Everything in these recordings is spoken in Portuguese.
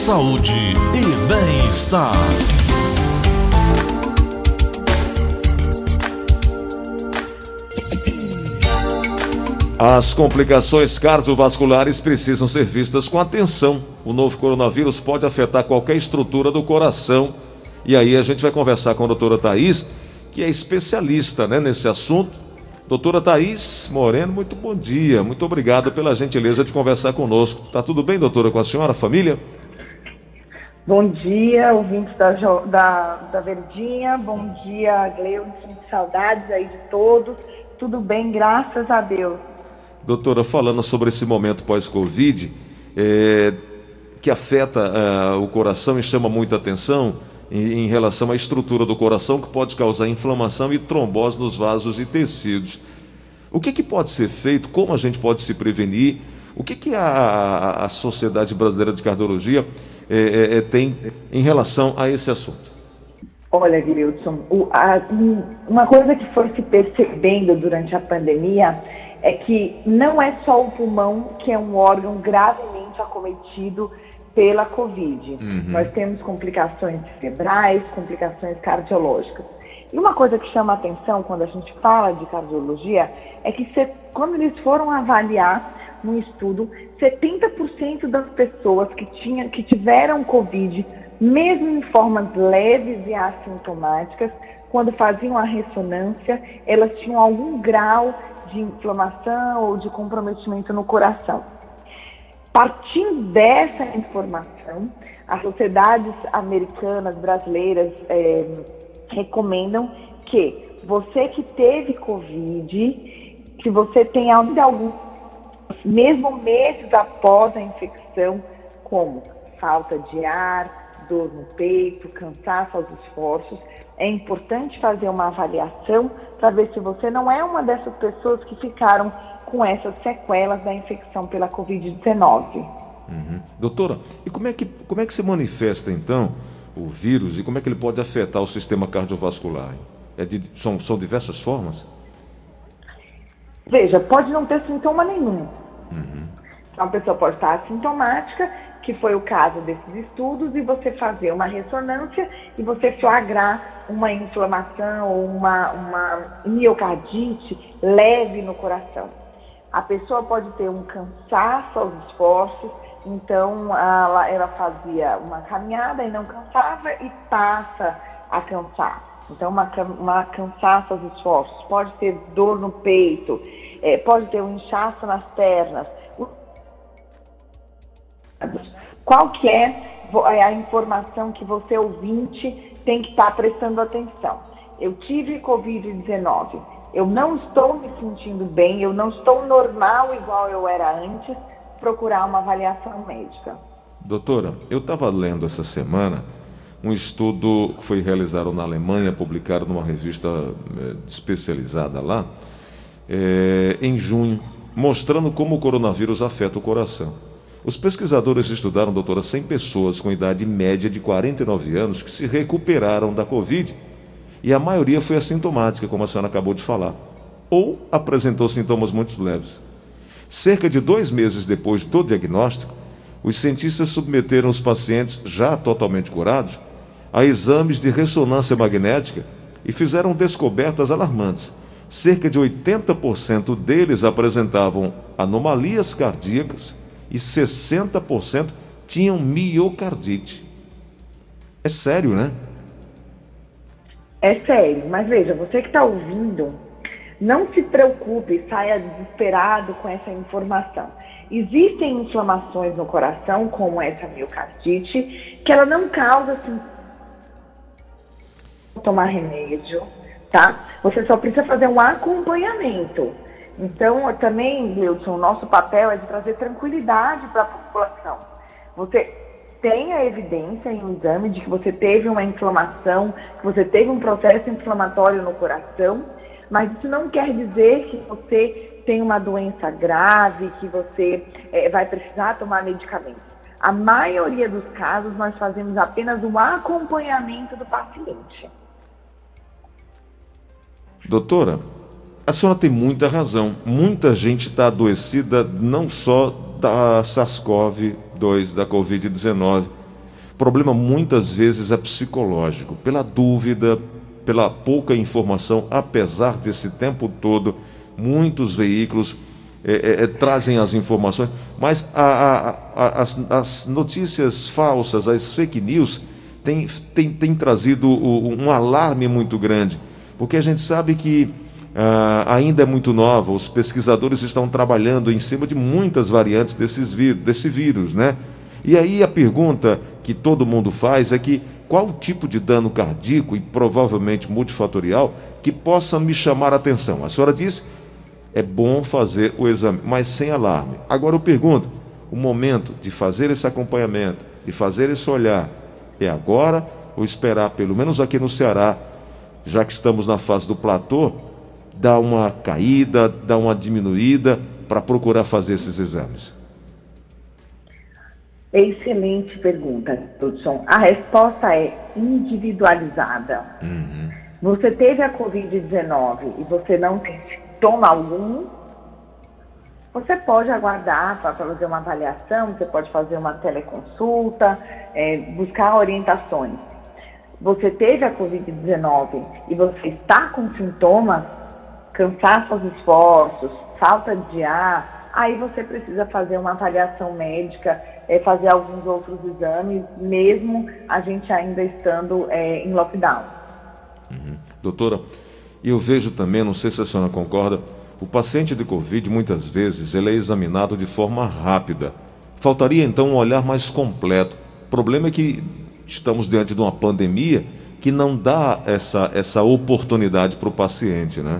saúde e bem-estar. As complicações cardiovasculares precisam ser vistas com atenção. O novo coronavírus pode afetar qualquer estrutura do coração. E aí a gente vai conversar com a doutora Thaís, que é especialista, nesse assunto. Doutora Thaís Moreno, muito bom dia. Muito obrigado pela gentileza de conversar conosco. Tá tudo bem, doutora, com a senhora, a família? Bom dia, ouvintes da Verdinha. Bom dia, Gleudson. Saudades aí de todos. Tudo bem, graças a Deus. Doutora, falando sobre esse momento pós-Covid, que afeta o coração e chama muita atenção em relação à estrutura do coração, que pode causar inflamação e trombose nos vasos e tecidos. O que pode ser feito? Como a gente pode se prevenir? O que a Sociedade Brasileira de Cardiologia tem em relação a esse assunto? Olha, Gleudson, uma coisa que foi se percebendo durante a pandemia é que não é só o pulmão que é um órgão gravemente acometido pela Covid. Nós temos complicações cerebrais, complicações cardiológicas. E uma coisa que chama a atenção quando a gente fala de cardiologia é que quando eles foram avaliar no estudo, 70% das pessoas que tiveram Covid, mesmo em formas leves e assintomáticas, quando faziam a ressonância, elas tinham algum grau de inflamação ou de comprometimento no coração. Partindo dessa informação, as sociedades americanas, brasileiras, recomendam que você que teve Covid, se você tem ainda algum, mesmo meses após a infecção, como falta de ar, dor no peito, cansaço aos esforços, é importante fazer uma avaliação para ver se você não é uma dessas pessoas que ficaram com essas sequelas da infecção pela Covid-19. Doutora, e como é que se manifesta então o vírus e como é que ele pode afetar o sistema cardiovascular? São diversas formas? Veja, pode não ter sintoma nenhum. Então, a pessoa pode estar assintomática, que foi o caso desses estudos, e você fazer uma ressonância e você flagrar uma inflamação ou uma miocardite leve no coração. A pessoa pode ter um cansaço aos esforços, então ela fazia uma caminhada e não cansava e passa a cansar. Então, uma cansaço aos esforços, pode ter dor no peito, pode ter um inchaço nas pernas. Qual que é a informação que você, ouvinte, tem que estar prestando atenção? Eu tive Covid-19, eu não estou me sentindo bem, eu não estou normal igual eu era antes, procurar uma avaliação médica. Doutora, eu estava lendo essa semana um estudo que foi realizado na Alemanha, publicado numa revista especializada lá, em junho, mostrando como o coronavírus afeta o coração. Os pesquisadores estudaram, doutora, 100 pessoas com idade média de 49 anos que se recuperaram da Covid e a maioria foi assintomática, como a senhora acabou de falar, ou apresentou sintomas muito leves. Cerca de 2 meses depois do diagnóstico, os cientistas submeteram os pacientes já totalmente curados a exames de ressonância magnética e fizeram descobertas alarmantes. Cerca de 80% deles apresentavam anomalias cardíacas e 60% tinham miocardite. É sério, né? É sério, mas veja, você que está ouvindo, não se preocupe, saia desesperado com essa informação. Existem inflamações no coração, como essa miocardite, que ela não causa tomar remédio, tá? Você só precisa fazer um acompanhamento. Então, também, Gleudson, o nosso papel é de trazer tranquilidade para a população. Você tem a evidência em um exame de que você teve uma inflamação, que você teve um processo inflamatório no coração, mas isso não quer dizer que você tem uma doença grave, que você vai precisar tomar medicamentos. A maioria dos casos, nós fazemos apenas um acompanhamento do paciente. Doutora, a senhora tem muita razão. Muita gente está adoecida não só da SARS-CoV-2, da Covid-19, O problema muitas vezes é psicológico, pela dúvida, pela pouca informação, apesar desse tempo todo, muitos veículos trazem as informações, mas as notícias falsas, as fake news, têm trazido um alarme muito grande, porque a gente sabe que ainda é muito nova, os pesquisadores estão trabalhando em cima de muitas variantes desse vírus, né? E aí a pergunta que todo mundo faz é que qual o tipo de dano cardíaco e provavelmente multifatorial que possa me chamar a atenção? A senhora disse, é bom fazer o exame, mas sem alarme. Agora eu pergunto, o momento de fazer esse acompanhamento, de fazer esse olhar, é agora ou esperar, pelo menos aqui no Ceará, já que estamos na fase do platô, dar uma caída, dar uma diminuída para procurar fazer esses exames? Excelente pergunta, Hudson. A resposta é individualizada. Você teve a Covid-19 e você não tem sintoma algum, você pode aguardar para fazer uma avaliação, você pode fazer uma teleconsulta, buscar orientações. Você teve a Covid-19 e você está com sintomas, cansaço aos esforços, falta de ar, aí você precisa fazer uma avaliação médica, fazer alguns outros exames, mesmo a gente ainda estando em lockdown. Doutora, eu vejo também, não sei se a senhora concorda, o paciente de Covid, muitas vezes, ele é examinado de forma rápida. Faltaria, então, um olhar mais completo. O problema é que estamos diante de uma pandemia que não dá essa oportunidade para o paciente, né?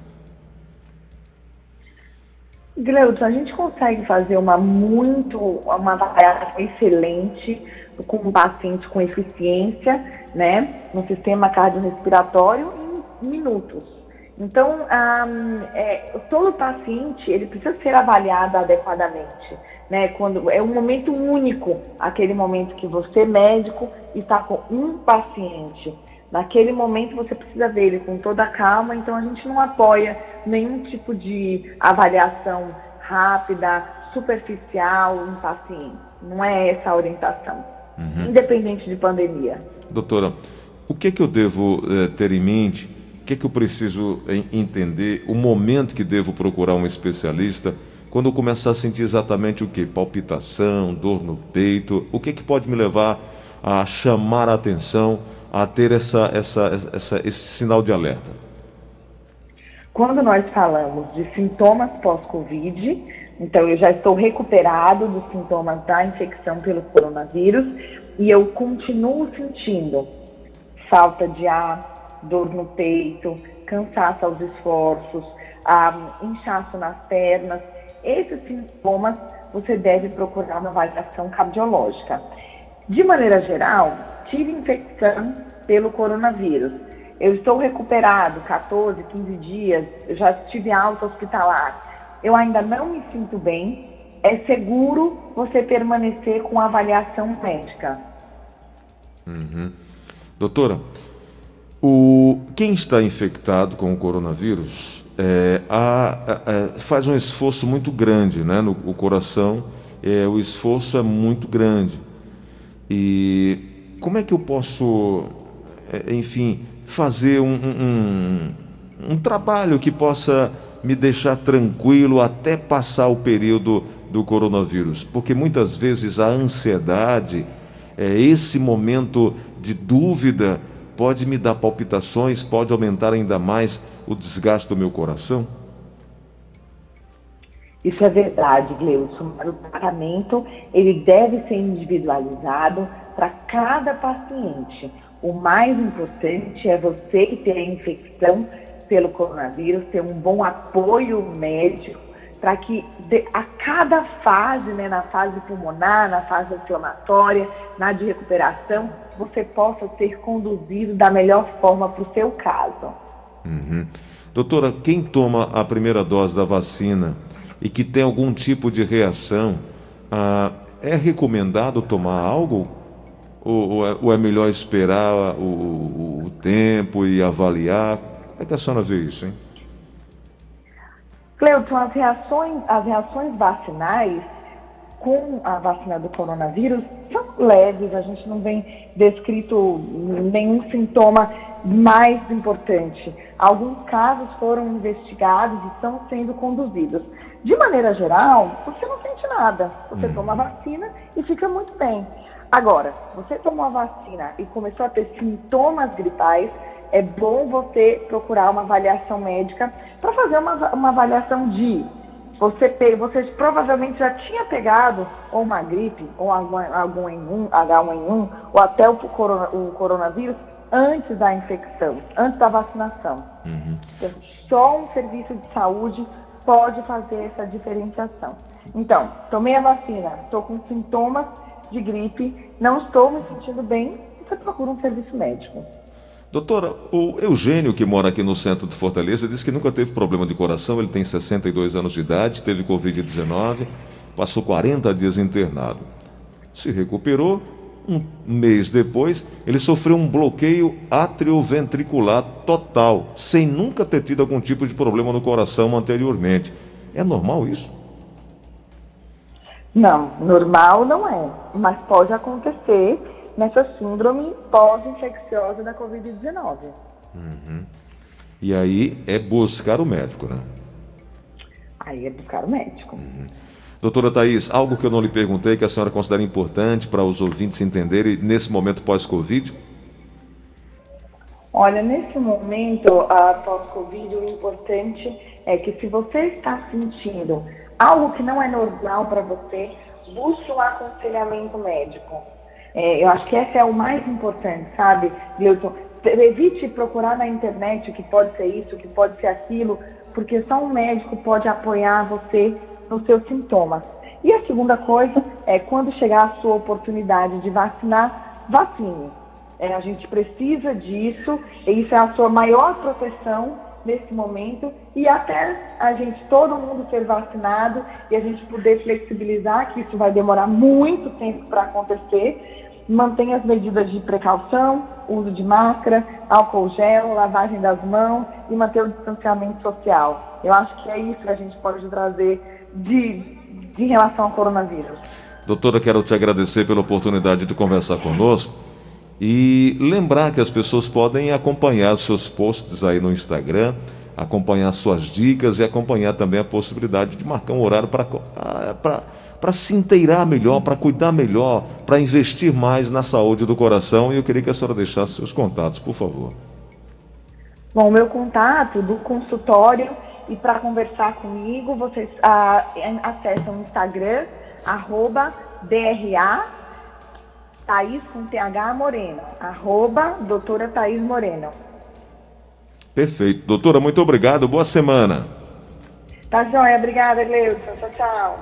Gleudson, a gente consegue fazer uma avaliação excelente com um paciente com eficiência, né, no sistema cardiorrespiratório em minutos. Então, todo paciente ele precisa ser avaliado adequadamente, né? Quando é um momento único, aquele momento que você, médico, está com um paciente. Naquele momento você precisa ver ele com toda a calma, então a gente não apoia nenhum tipo de avaliação rápida, superficial em paciente. Não é essa a orientação, independente de pandemia. Doutora, o que eu devo ter em mente? O que eu preciso entender? O momento que devo procurar um especialista? Quando eu começar a sentir exatamente o quê? Palpitação, dor no peito? O que pode me levar a chamar a atenção, a ter esse sinal de alerta? Quando nós falamos de sintomas pós-Covid, então eu já estou recuperado dos sintomas da infecção pelo coronavírus e eu continuo sentindo falta de ar, dor no peito, cansaço aos esforços, inchaço nas pernas. Esses sintomas você deve procurar uma avaliação cardiológica. De maneira geral, tive infecção pelo coronavírus. Eu estou recuperado 14, 15 dias, eu já tive alta hospitalar. Eu ainda não me sinto bem. É seguro você permanecer com a avaliação médica. Doutora, quem está infectado com o coronavírus faz um esforço muito grande, né? O coração, o esforço é muito grande. E como é que eu posso, fazer um trabalho que possa me deixar tranquilo até passar o período do coronavírus? Porque muitas vezes a ansiedade, esse momento de dúvida, pode me dar palpitações, pode aumentar ainda mais o desgaste do meu coração? Isso é verdade, Gleudson. O tratamento ele deve ser individualizado para cada paciente. O mais importante é você que tem a infecção pelo coronavírus, ter um bom apoio médico para que a cada fase, né, na fase pulmonar, na fase inflamatória, na de recuperação, você possa ser conduzido da melhor forma para o seu caso. Doutora, quem toma a primeira dose da vacina e que tem algum tipo de reação, é recomendado tomar algo? Ou é melhor esperar o tempo e avaliar? Como é que a senhora vê isso, hein? Cleuton, as reações vacinais com a vacina do coronavírus são leves, a gente não vem descrito nenhum sintoma mais importante. Alguns casos foram investigados e estão sendo conduzidos. De maneira geral, você não sente nada. Você toma a vacina e fica muito bem. Agora, você tomou a vacina e começou a ter sintomas gripais, é bom você procurar uma avaliação médica para fazer uma avaliação de... Você provavelmente já tinha pegado ou uma gripe, ou H1N1, ou até o coronavírus antes da infecção, antes da vacinação. Então, só um serviço de saúde pode fazer essa diferenciação. Então, tomei a vacina, estou com sintomas de gripe, não estou me sentindo bem, você procura um serviço médico. Doutora, o Eugênio, que mora aqui no centro de Fortaleza, disse que nunca teve problema de coração. Ele tem 62 anos de idade, teve Covid-19, passou 40 dias internado. Se recuperou, um mês depois, ele sofreu um bloqueio atrioventricular total, sem nunca ter tido algum tipo de problema no coração anteriormente. É normal isso? Não, normal não é, mas pode acontecer nessa síndrome pós-infecciosa da Covid-19. E aí é buscar o médico, né? Aí é buscar o médico. Doutora Thaís, algo que eu não lhe perguntei, que a senhora considera importante para os ouvintes entenderem nesse momento pós-Covid? Olha, nesse momento pós-Covid, o importante é que se você está sentindo algo que não é normal para você, busque um aconselhamento médico. Eu acho que esse é o mais importante, sabe, Gleuton? Evite procurar na internet que pode ser isso, que pode ser aquilo, porque só um médico pode apoiar você nos seus sintomas. E a segunda coisa é, quando chegar a sua oportunidade de vacinar, vacine. A gente precisa disso, e isso é a sua maior proteção nesse momento, e até a gente, todo mundo ser vacinado, e a gente poder flexibilizar, que isso vai demorar muito tempo para acontecer. Mantenha as medidas de precaução, uso de máscara, álcool gel, lavagem das mãos e manter o distanciamento social. Eu acho que é isso que a gente pode trazer de relação ao coronavírus. Doutora, quero te agradecer pela oportunidade de conversar conosco e lembrar que as pessoas podem acompanhar seus posts aí no Instagram, acompanhar suas dicas e acompanhar também a possibilidade de marcar um horário para se inteirar melhor, para cuidar melhor, para investir mais na saúde do coração. E eu queria que a senhora deixasse seus contatos, por favor. Bom, meu contato do consultório, e para conversar comigo, vocês acessam o Instagram, @DRA Thaís com TH Moreno, doutora Thaís Moreno. Perfeito. Doutora, muito obrigado. Boa semana. Tá joia, obrigada, Gleuton. Tchau, tchau.